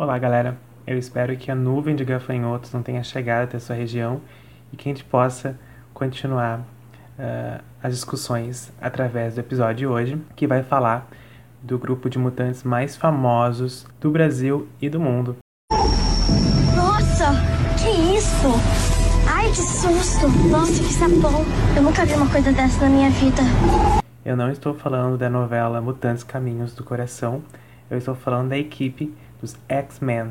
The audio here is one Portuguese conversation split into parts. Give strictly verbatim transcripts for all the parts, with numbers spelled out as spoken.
Olá, galera. Eu espero que a nuvem de gafanhotos não tenha chegado até sua região e que a gente possa continuar uh, as discussões através do episódio de hoje, que vai falar do grupo de mutantes mais famosos do Brasil e do mundo. Nossa, que isso? Ai, que susto! Nossa, que sapão! Eu nunca vi uma coisa dessa na minha vida. Eu não estou falando da novela Mutantes Caminhos do Coração, eu estou falando da equipe dos X-Men.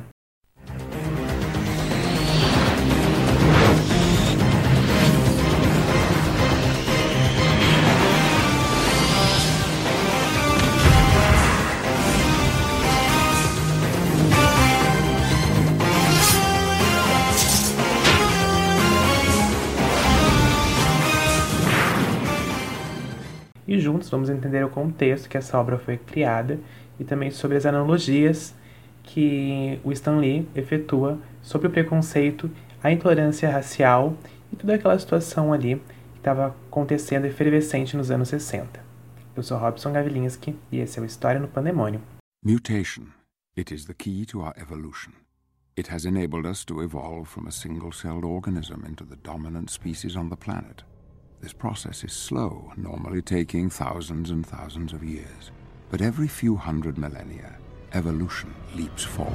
E juntos vamos entender o contexto que essa obra foi criada e também sobre as analogias que o Stan Lee efetua sobre o preconceito, a intolerância racial e toda aquela situação ali que estava acontecendo efervescente nos anos sessenta. Eu sou Robson Gawlinski e esse é o História no Pandemônio. Mutation. It is the key to our evolution. It has enabled us to evolve from a single-celled organism into the dominant species on the planet. This process is slow, normally taking thousands and thousands of years. But every few hundred millennia, evolution leaps forward.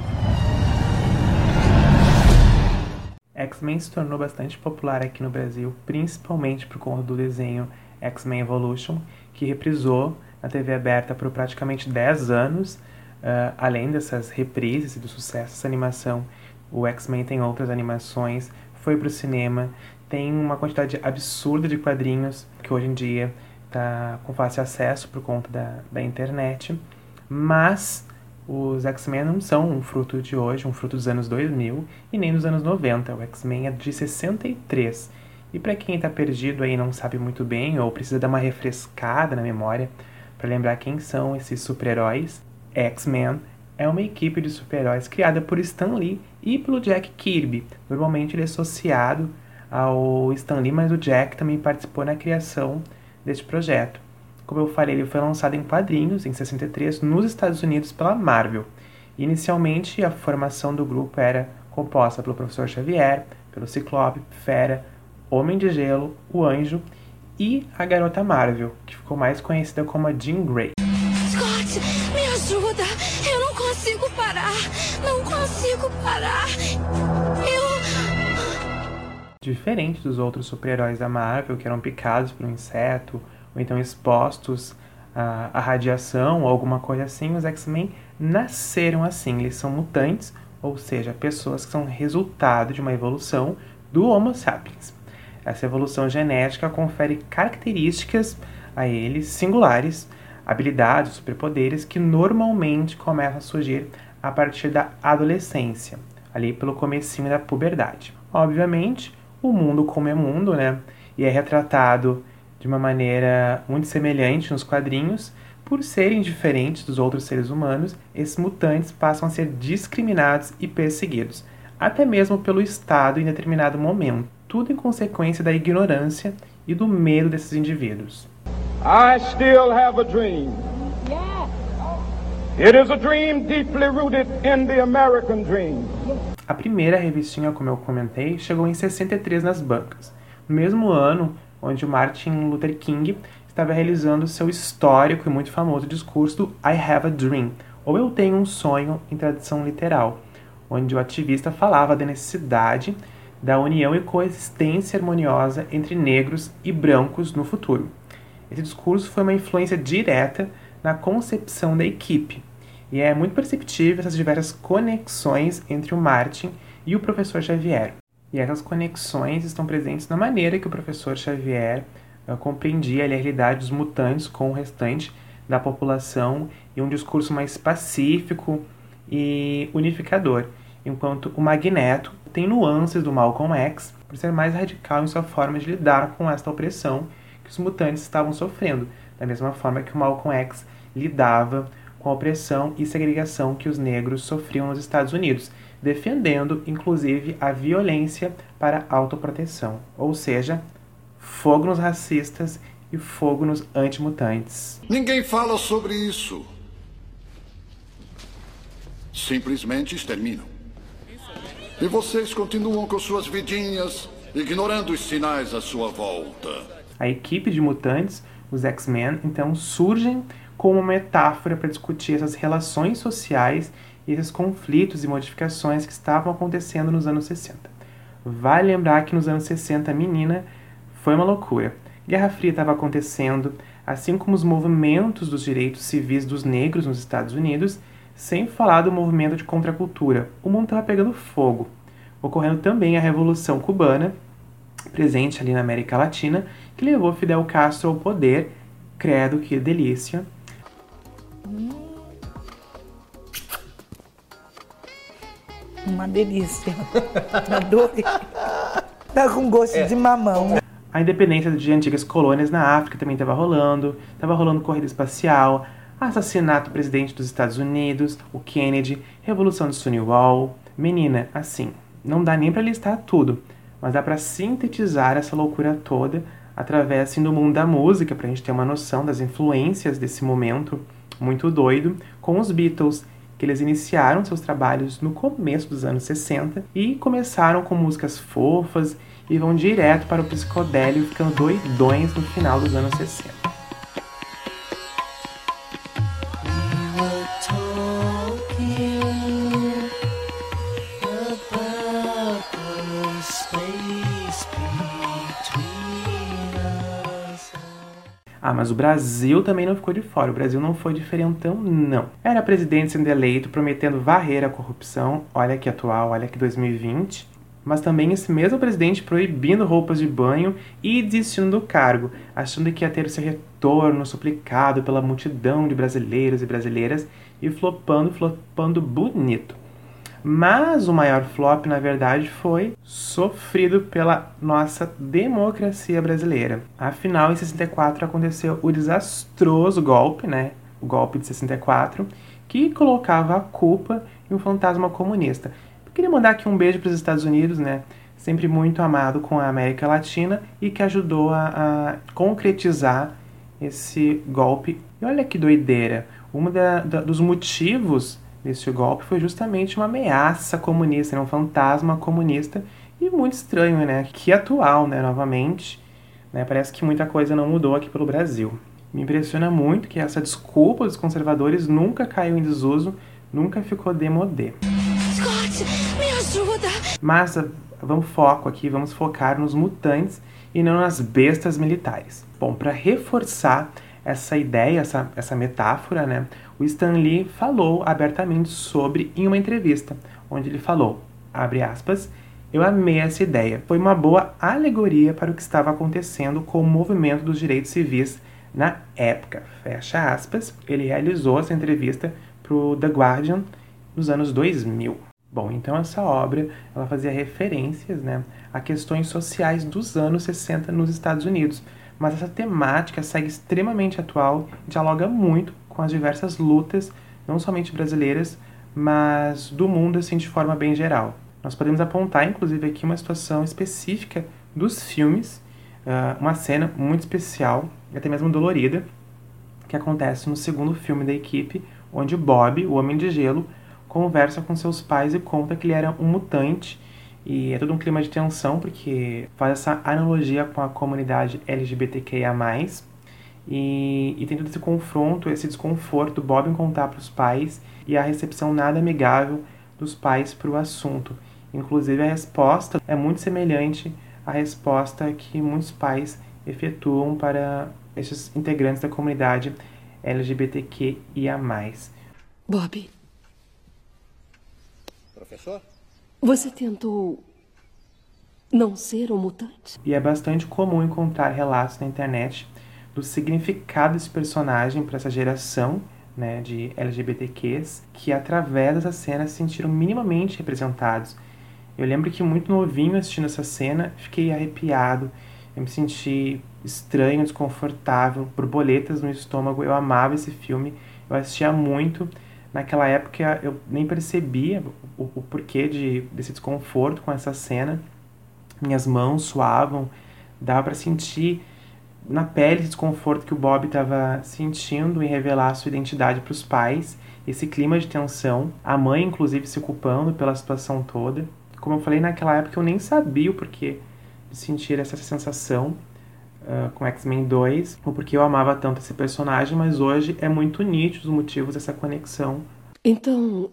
X-Men se tornou bastante popular aqui no Brasil, principalmente por conta do desenho X-Men Evolution, que reprisou na T V aberta por praticamente dez anos. Uh, além dessas reprises e do sucesso dessa animação, o X-Men tem outras animações, foi para o cinema, tem uma quantidade absurda de quadrinhos que hoje em dia está com fácil acesso por conta da, da internet, mas os X-Men não são um fruto de hoje, um fruto dos anos dois mil e nem dos anos noventa. O X-Men é de sessenta e três. E para quem está perdido aí, não sabe muito bem ou precisa dar uma refrescada na memória para lembrar quem são esses super-heróis, X-Men é uma equipe de super-heróis criada por Stan Lee e pelo Jack Kirby. Normalmente ele é associado ao Stan Lee, mas o Jack também participou na criação deste projeto. Como eu falei, ele foi lançado em quadrinhos em sessenta e três nos Estados Unidos pela Marvel. Inicialmente, a formação do grupo era composta pelo Professor Xavier, pelo Ciclope, Fera, Homem de Gelo, o Anjo e a Garota Marvel, que ficou mais conhecida como a Jean Grey. Scott, me ajuda! Eu não consigo parar! Não consigo parar! Eu... Diferente dos outros super-heróis da Marvel, que eram picados por um inseto, ou então expostos à, à radiação, ou alguma coisa assim, os X-Men nasceram assim. Eles são mutantes, ou seja, pessoas que são resultado de uma evolução do Homo sapiens. Essa evolução genética confere características a eles singulares, habilidades, superpoderes, que normalmente começam a surgir a partir da adolescência, ali pelo comecinho da puberdade. Obviamente, o mundo como é mundo, né? E é retratado de uma maneira muito semelhante nos quadrinhos. Por serem diferentes dos outros seres humanos, esses mutantes passam a ser discriminados e perseguidos, até mesmo pelo Estado em determinado momento. Tudo em consequência da ignorância e do medo desses indivíduos. I still have a dream. It is a dream deeply rooted in the American dream. A primeira revistinha, como eu comentei, chegou em sessenta e três nas bancas, no mesmo ano onde o Martin Luther King estava realizando seu histórico e muito famoso discurso do I Have a Dream, ou Eu Tenho um Sonho, em tradução literal, onde o ativista falava da necessidade da união e coexistência harmoniosa entre negros e brancos no futuro. Esse discurso foi uma influência direta na concepção da equipe, e é muito perceptível essas diversas conexões entre o Martin e o professor Xavier. E essas conexões estão presentes na maneira que o professor Xavier uh, compreendia a realidade dos mutantes com o restante da população e um discurso mais pacífico e unificador, enquanto o Magneto tem nuances do Malcolm X por ser mais radical em sua forma de lidar com esta opressão que os mutantes estavam sofrendo, da mesma forma que o Malcolm X lidava com a opressão e segregação que os negros sofriam nos Estados Unidos, defendendo, inclusive, a violência para autoproteção, ou seja, fogo nos racistas e fogo nos antimutantes. Ninguém fala sobre isso. simplesmente exterminam. E vocês continuam com suas vidinhas, ignorando os sinais à sua volta. A equipe de mutantes, os X-Men, então surgem como uma metáfora para discutir essas relações sociais e esses conflitos e modificações que estavam acontecendo nos anos sessenta. Vale lembrar que nos anos sessenta, menina, foi uma loucura. Guerra Fria estava acontecendo, assim como os movimentos dos direitos civis dos negros nos Estados Unidos, sem falar do movimento de contracultura. O mundo estava pegando fogo. Ocorrendo também a Revolução Cubana, presente ali na América Latina, que levou Fidel Castro ao poder. Credo, que delícia. Uma delícia. Adorei. Tá com gosto é. de mamão. A independência de antigas colônias na África também estava rolando. Estava rolando corrida espacial, assassinato do presidente dos Estados Unidos, o Kennedy, Revolução de Stonewall. Menina, assim, não dá nem para listar tudo, mas dá para sintetizar essa loucura toda através assim, do mundo da música, pra gente ter uma noção das influências desse momento muito doido, com os Beatles, que eles iniciaram seus trabalhos no começo dos anos sessenta e começaram com músicas fofas e vão direto para o psicodélico, ficando doidões no final dos anos sessenta. Ah, mas o Brasil também não ficou de fora. O Brasil não foi diferentão, não. Era presidente sendo eleito, prometendo varrer a corrupção. Olha que atual, olha que dois mil e vinte. Mas também esse mesmo presidente proibindo roupas de banho e desistindo do cargo, achando que ia ter o seu retorno suplicado pela multidão de brasileiros e brasileiras e flopando, flopando bonito. Mas o maior flop, na verdade, foi sofrido pela nossa democracia brasileira. Afinal, em sessenta e quatro aconteceu o desastroso golpe, né? O golpe de sessenta e quatro, que colocava a culpa em um fantasma comunista. Eu queria mandar aqui um beijo para os Estados Unidos, né? Sempre muito amado com a América Latina e que ajudou a, a concretizar esse golpe. E olha que doideira! Um da, da, dos motivos desse golpe foi justamente uma ameaça comunista, né? Um fantasma comunista, e muito estranho, né? Que atual, né? Novamente, né? Parece que muita coisa não mudou aqui pelo Brasil. Me impressiona muito que essa desculpa dos conservadores nunca caiu em desuso, nunca ficou démodé. Scott, me ajuda! Mas vamos foco aqui, vamos focar nos mutantes e não nas bestas militares. Bom, para reforçar essa ideia, essa, essa metáfora, né? O Stan Lee falou abertamente sobre em uma entrevista, onde ele falou, abre aspas, eu amei essa ideia. Foi uma boa alegoria para o que estava acontecendo com o movimento dos direitos civis na época. Fecha aspas. Ele realizou essa entrevista para o The Guardian nos anos dois mil. Bom, então essa obra ela fazia referências, né, a questões sociais dos anos sessenta nos Estados Unidos. Mas essa temática segue extremamente atual e dialoga muito com as diversas lutas, não somente brasileiras, mas do mundo assim de forma bem geral. Nós podemos apontar, inclusive, aqui uma situação específica dos filmes, uh, uma cena muito especial, até mesmo dolorida, que acontece no segundo filme da equipe, onde o Bob, o Homem de Gelo, conversa com seus pais e conta que ele era um mutante. E é todo um clima de tensão, porque faz essa analogia com a comunidade L G B T Q I A mais, e, e tem todo esse confronto, esse desconforto do Bob em contar para os pais e a recepção nada amigável dos pais para o assunto. Inclusive, a resposta é muito semelhante à resposta que muitos pais efetuam para esses integrantes da comunidade L G B T Q I A mais. Bob. Professor? Você tentou não ser um mutante? E é bastante comum encontrar relatos na internet do significado desse personagem para essa geração, né, de L G B T Qs, que através dessa cena se sentiram minimamente representados. Eu lembro que muito novinho assistindo essa cena, fiquei arrepiado, eu me senti estranho, desconfortável, borboletas no estômago. Eu amava esse filme, eu assistia muito. Naquela época eu nem percebia o, o porquê de, desse desconforto com essa cena. Minhas mãos suavam, dava para sentir na pele esse desconforto que o Bob estava sentindo em revelar sua identidade para os pais. esse clima de tensão, a mãe inclusive se culpando pela situação toda. Como eu falei, naquela época eu nem sabia o porquê de sentir essa sensação uh, com X-Men dois, ou porque eu amava tanto esse personagem, mas hoje é muito nítido os motivos dessa conexão. Então,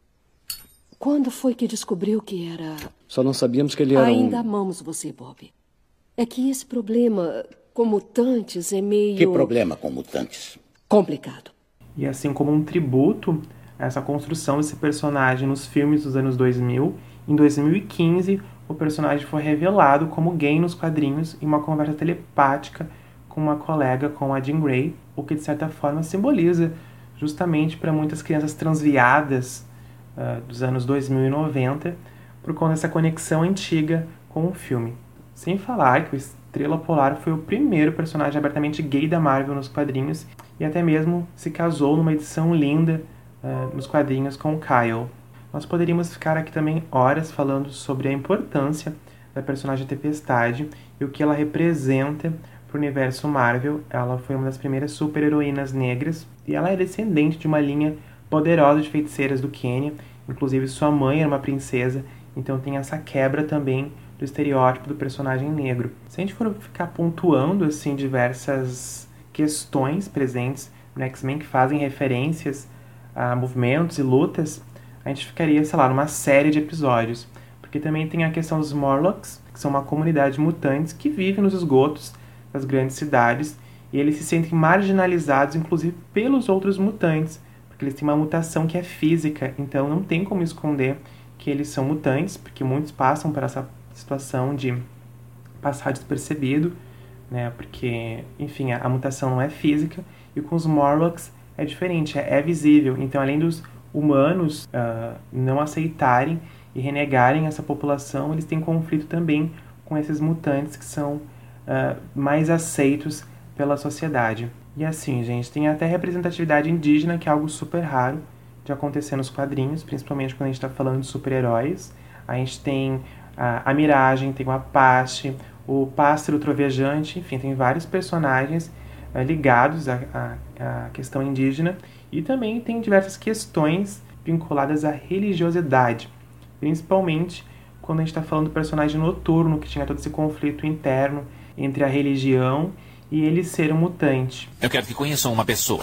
quando foi que descobriu que era... Só não sabíamos que ele era Ainda um... amamos você, Bob. É que esse problema com mutantes é meio... Que problema com mutantes? Complicado. E assim como um tributo a essa construção desse personagem nos filmes dos anos dois mil, em dois mil e quinze o personagem foi revelado como gay nos quadrinhos em uma conversa telepática com uma colega, com a Jean Grey, o que de certa forma simboliza justamente para muitas crianças transviadas uh, dos anos dois mil e noventa, por conta dessa conexão antiga com o filme. Sem falar que o Estrela Polar foi o primeiro personagem abertamente gay da Marvel nos quadrinhos e até mesmo se casou numa edição linda uh, nos quadrinhos com o Kyle. Nós poderíamos ficar aqui também horas falando sobre a importância da personagem Tempestade e o que ela representa para o universo Marvel. Ela foi uma das primeiras super-heroínas negras e ela é descendente de uma linha poderosa de feiticeiras do Quênia. Inclusive sua mãe era uma princesa, então tem essa quebra também do estereótipo do personagem negro. Se a gente for ficar pontuando assim diversas questões presentes no X-Men que fazem referências a movimentos e lutas, a gente ficaria, sei lá, numa série de episódios. Porque também tem a questão dos Morlocks, que são uma comunidade de mutantes que vive nos esgotos das grandes cidades, e eles se sentem marginalizados, inclusive, pelos outros mutantes, porque eles têm uma mutação que é física, então não tem como esconder que eles são mutantes, porque muitos passam por essa situação de passar despercebido, né, porque, enfim, a, a mutação não é física, e com os Morlocks é diferente, é, é visível. Então, além dos humanos uh, não aceitarem e renegarem essa população, eles têm conflito também com esses mutantes que são uh, mais aceitos pela sociedade. E assim, gente, tem até representatividade indígena, que é algo super raro de acontecer nos quadrinhos, principalmente quando a gente está falando de super-heróis. A gente tem a, a Miragem, tem o Apache, o Pássaro Trovejante, enfim, tem vários personagens uh, ligados à, à, à questão indígena. E também tem diversas questões vinculadas à religiosidade, principalmente quando a gente está falando do personagem Noturno, que tinha todo esse conflito interno entre a religião e ele ser um mutante. Eu quero que conheçam uma pessoa.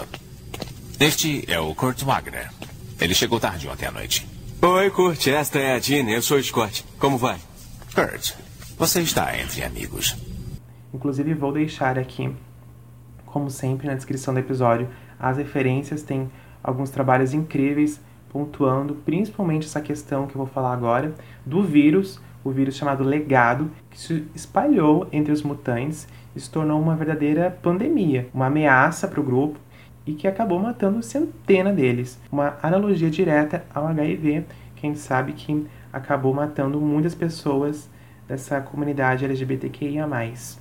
Este é o Kurt Wagner. Ele chegou tarde ontem à noite. Oi, Kurt. Esta é a Jeanne. Eu sou o Scott. Como vai? Kurt, você está entre amigos. Inclusive, vou deixar aqui, como sempre, na descrição do episódio, as referências. Tem alguns trabalhos incríveis pontuando principalmente essa questão que eu vou falar agora do vírus, o vírus chamado Legado, que se espalhou entre os mutantes e se tornou uma verdadeira pandemia, uma ameaça para o grupo e que acabou matando centenas deles. Uma analogia direta ao H I V, que a gente sabe que acabou matando muitas pessoas dessa comunidade L G B T Q I A mais.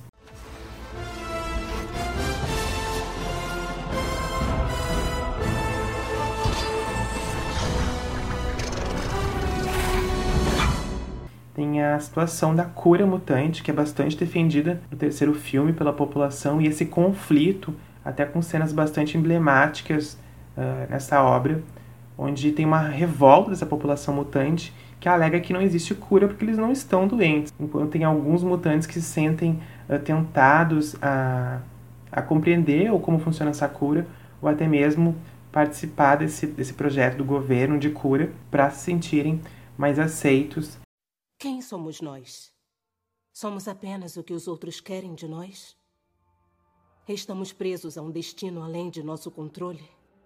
Tem a situação da cura mutante, que é bastante defendida no terceiro filme pela população, e esse conflito, até com cenas bastante emblemáticas uh, nessa obra, onde tem uma revolta dessa população mutante que alega que não existe cura porque eles não estão doentes, enquanto tem alguns mutantes que se sentem uh, tentados a, a compreender ou como funciona essa cura, ou até mesmo participar desse, desse projeto do governo de cura para se sentirem mais aceitos. Quem somos nós? Somos apenas o que os outros querem de nós? Estamos presos a um destino além de nosso controle?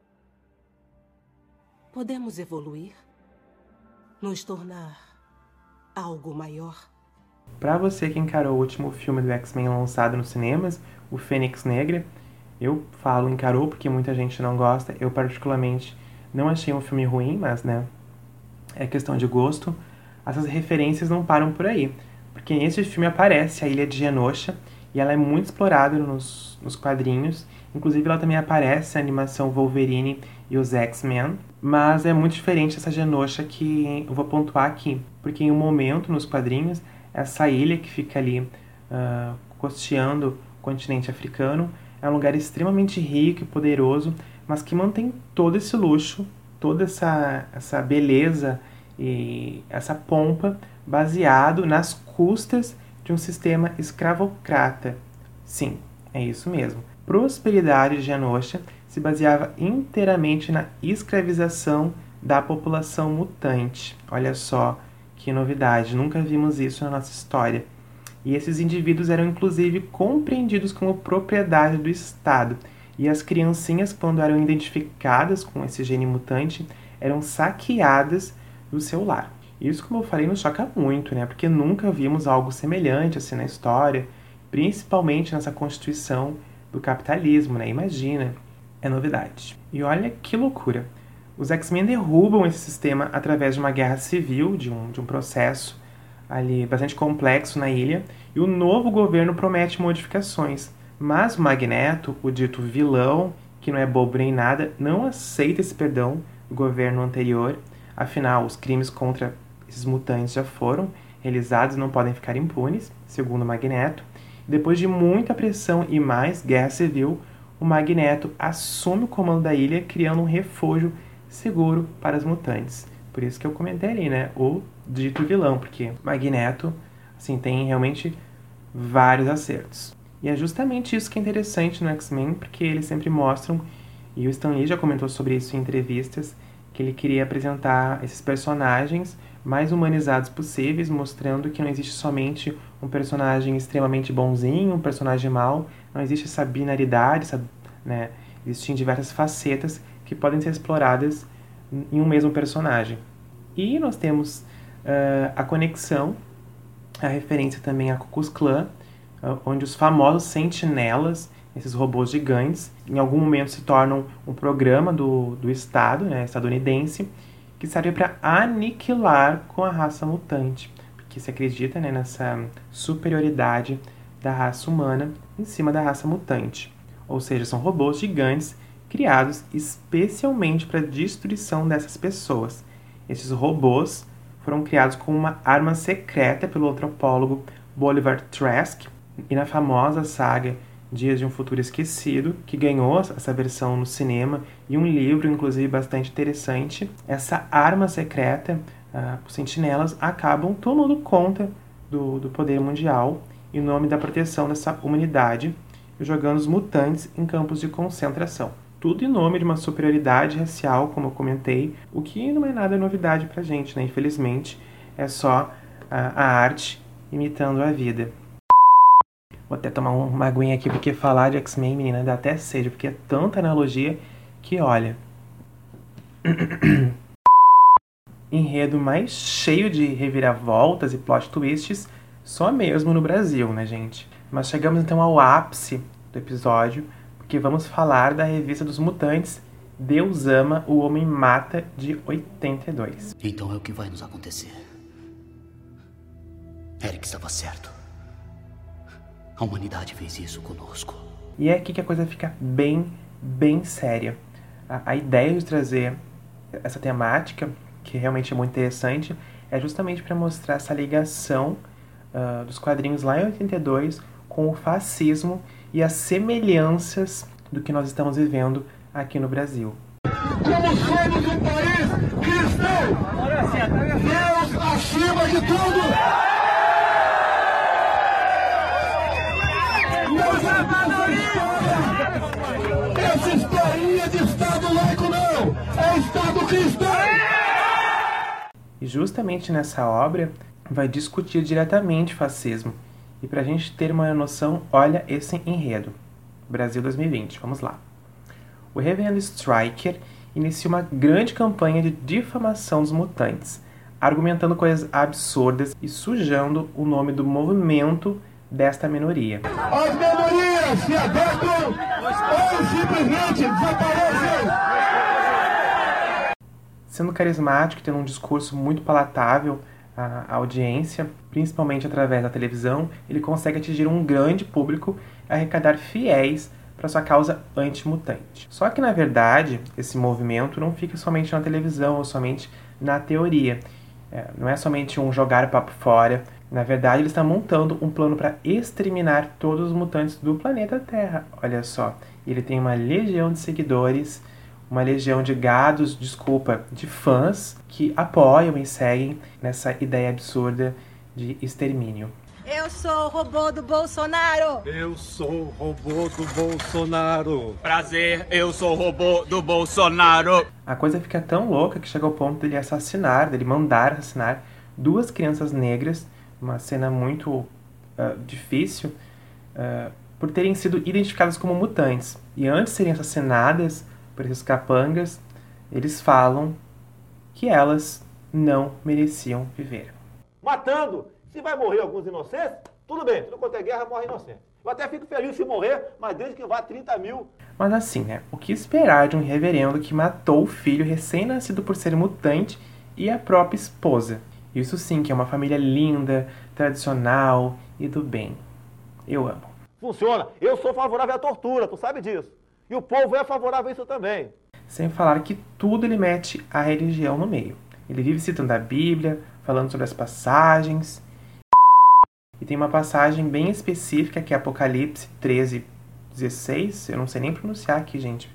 Podemos evoluir? Nos tornar algo maior? Para você que encarou o último filme do X-Men lançado nos cinemas, o Fênix Negra, eu falo encarou porque muita gente não gosta, eu particularmente não achei um filme ruim, mas né, é questão de gosto. Essas referências não param por aí, porque nesse filme aparece a Ilha de Genosha e ela é muito explorada nos, nos quadrinhos, inclusive ela também aparece a animação Wolverine e os X-Men, mas é muito diferente essa Genosha que eu vou pontuar aqui, porque em um momento nos quadrinhos, essa ilha que fica ali uh, costeando o continente africano é um lugar extremamente rico e poderoso, mas que mantém todo esse luxo toda essa, essa beleza e essa pompa baseado nas custas de um sistema escravocrata. Sim, é isso mesmo. Prosperidade de Genosha se baseava inteiramente na escravização da população mutante. Olha só que novidade, nunca vimos isso na nossa história. E esses indivíduos eram inclusive compreendidos como propriedade do Estado. E as criancinhas, quando eram identificadas com esse gene mutante, eram saqueadas do seu lar. Isso, como eu falei, nos choca muito, né? Porque nunca vimos algo semelhante assim na história, principalmente nessa constituição do capitalismo, né? Imagina, é novidade. E olha que loucura. Os X-Men derrubam esse sistema através de uma guerra civil, de um, de um processo ali bastante complexo na ilha, e o novo governo promete modificações. Mas o Magneto, o dito vilão, que não é bobo nem nada, não aceita esse perdão do governo anterior. Afinal, os crimes contra esses mutantes já foram realizados e não podem ficar impunes, segundo o Magneto. Depois de muita pressão e mais guerra civil, o Magneto assume o comando da ilha, criando um refúgio seguro para os mutantes. Por isso que eu comentei ali, né? O dito vilão, porque Magneto, assim, tem realmente vários acertos. E é justamente isso que é interessante no X-Men, porque eles sempre mostram, e o Stan Lee já comentou sobre isso em entrevistas, que ele queria apresentar esses personagens mais humanizados possíveis, mostrando que não existe somente um personagem extremamente bonzinho, um personagem mau, não existe essa binaridade, essa, né, existem diversas facetas que podem ser exploradas em um mesmo personagem. E nós temos uh, a conexão, a referência também a Ku Klux Klan, uh, onde os famosos sentinelas, esses robôs gigantes, em algum momento se tornam um programa do, do Estado, né, estadunidense, que serve para aniquilar com a raça mutante, porque se acredita, né, nessa superioridade da raça humana em cima da raça mutante. Ou seja, são robôs gigantes criados especialmente para a destruição dessas pessoas. Esses robôs foram criados como uma arma secreta pelo antropólogo Bolivar Trask, e na famosa saga Dias de um Futuro Esquecido, que ganhou essa versão no cinema, e um livro, inclusive, bastante interessante. Essa arma secreta, uh, os sentinelas, acabam tomando conta do, do poder mundial em nome da proteção dessa humanidade, jogando os mutantes em campos de concentração. Tudo em nome de uma superioridade racial, como eu comentei, o que não é nada novidade pra gente, né? Infelizmente, é só a, a arte imitando a vida. Vou até tomar uma aguinha aqui, porque falar de X-Men, menina, dá até sede, porque é tanta analogia que, olha... Enredo mais cheio de reviravoltas e plot twists, só mesmo no Brasil, né, gente? Mas chegamos então ao ápice do episódio, porque vamos falar da revista dos mutantes, Deus Ama, o Homem Mata, de oitenta e dois. Então é o que vai nos acontecer. Eric estava certo. A humanidade fez isso conosco. E é aqui que a coisa fica bem, bem séria. A, a ideia de trazer essa temática, que realmente é muito interessante, é justamente para mostrar essa ligação uh, dos quadrinhos lá em oitenta e dois com o fascismo e as semelhanças do que nós estamos vivendo aqui no Brasil. Como somos um país cristão, Deus acima de tudo. Essa historinha de Estado laico não, é Estado cristão. E justamente nessa obra vai discutir diretamente fascismo. E pra gente ter uma noção, olha esse enredo. Brasil dois mil e vinte, vamos lá. O reverendo Stryker inicia uma grande campanha de difamação dos mutantes, argumentando coisas absurdas e sujando o nome do movimento desta minoria. As minorias se adequam ou simplesmente desaparecem. Sendo carismático e tendo um discurso muito palatável à audiência, principalmente através da televisão, ele consegue atingir um grande público e arrecadar fiéis para sua causa antimutante. Só que, na verdade, esse movimento não fica somente na televisão ou somente na teoria. É, não é somente um jogar papo fora. Na verdade, ele está montando um plano para exterminar todos os mutantes do planeta Terra. Olha só, ele tem uma legião de seguidores, uma legião de gados, desculpa, de fãs que apoiam e seguem nessa ideia absurda de extermínio. Eu sou o robô do Bolsonaro! Eu sou o robô do Bolsonaro! Prazer, eu sou o robô do Bolsonaro! A coisa fica tão louca que chega ao ponto dele assassinar, dele mandar assassinar duas crianças negras, uma cena muito uh, difícil, uh, por terem sido identificadas como mutantes. E antes de serem assassinadas por esses capangas, eles falam que elas não mereciam viver. Matando! Se vai morrer alguns inocentes, tudo bem, tudo quanto é guerra morre inocente. Eu até fico feliz se morrer, mas desde que vá trinta mil. Mas assim, né? O que esperar de um reverendo que matou o filho recém-nascido por ser mutante e a própria esposa? Isso sim que é uma família linda, tradicional e do bem. Eu amo. Funciona. Eu sou favorável à tortura, tu sabe disso. E o povo é favorável a isso também. Sem falar que tudo ele mete a religião no meio. Ele vive citando a Bíblia, falando sobre as passagens. E tem uma passagem bem específica que é Apocalipse treze, dezesseis. Eu não sei nem pronunciar aqui, gente.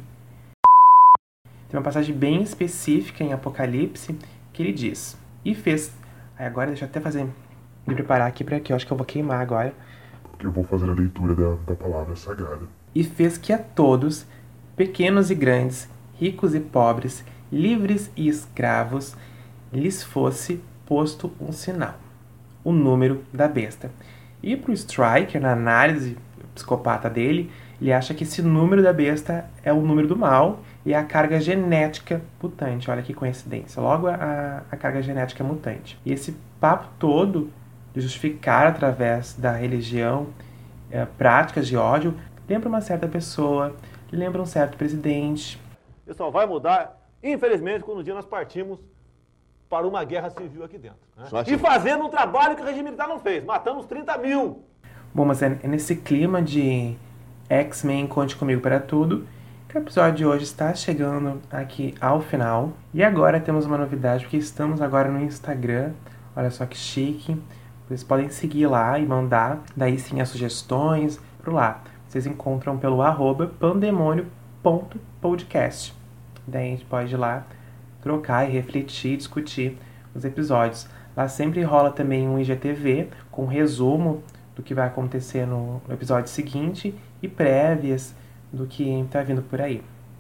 Tem uma passagem bem específica em Apocalipse que ele diz: E fez... Aí agora deixa eu até fazer... Me preparar aqui para que eu acho que eu vou queimar agora. Porque eu vou fazer a leitura da, da palavra sagrada. E fez que a todos, pequenos e grandes, ricos e pobres, livres e escravos, lhes fosse posto um sinal. O número da besta. E pro Stryker, na análise psicopata dele, ele acha que esse número da besta é o número do mal e é a carga genética mutante. Olha que coincidência. Logo, a, a carga genética é mutante. E esse papo todo de justificar através da religião é, práticas de ódio lembra uma certa pessoa, lembra um certo presidente. Isso só vai mudar, infelizmente, quando um dia nós partimos para uma guerra civil aqui dentro. Né? E fazendo um trabalho que o regime militar não fez, matando uns trinta mil. Bom, mas é nesse clima de X-Men Conte Comigo para Tudo que o episódio de hoje está chegando aqui ao final. E agora temos uma novidade, porque estamos agora no Instagram. Olha só que chique. Vocês podem seguir lá e mandar, daí sim, as sugestões por lá. Vocês encontram pelo arroba pandemônio ponto podcast. Daí a gente pode ir lá trocar e refletir, discutir os episódios. Lá sempre rola também um I G T V com um resumo do que vai acontecer no episódio seguinte e prévias do que está vindo por aí.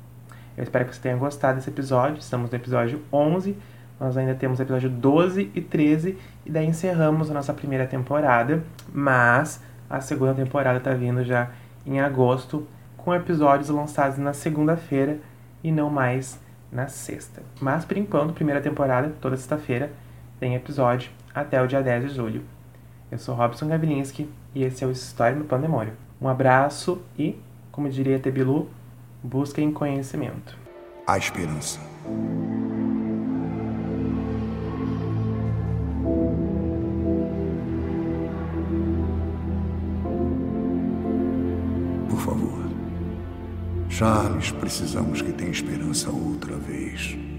Eu espero que você tenha gostado desse episódio. Estamos no episódio onze, nós ainda temos episódio doze e treze e daí encerramos a nossa primeira temporada, mas a segunda temporada está vindo já em agosto com episódios lançados na segunda-feira e não mais na sexta. Mas, por enquanto, primeira temporada, toda sexta-feira, tem episódio até o dia dez de julho. Eu sou Robson Gavilinski e esse é o História no Pandemônio. Um abraço e, como diria Tebilu, busquem conhecimento. A esperança. Por favor. Charles, precisamos que tenha esperança outra vez.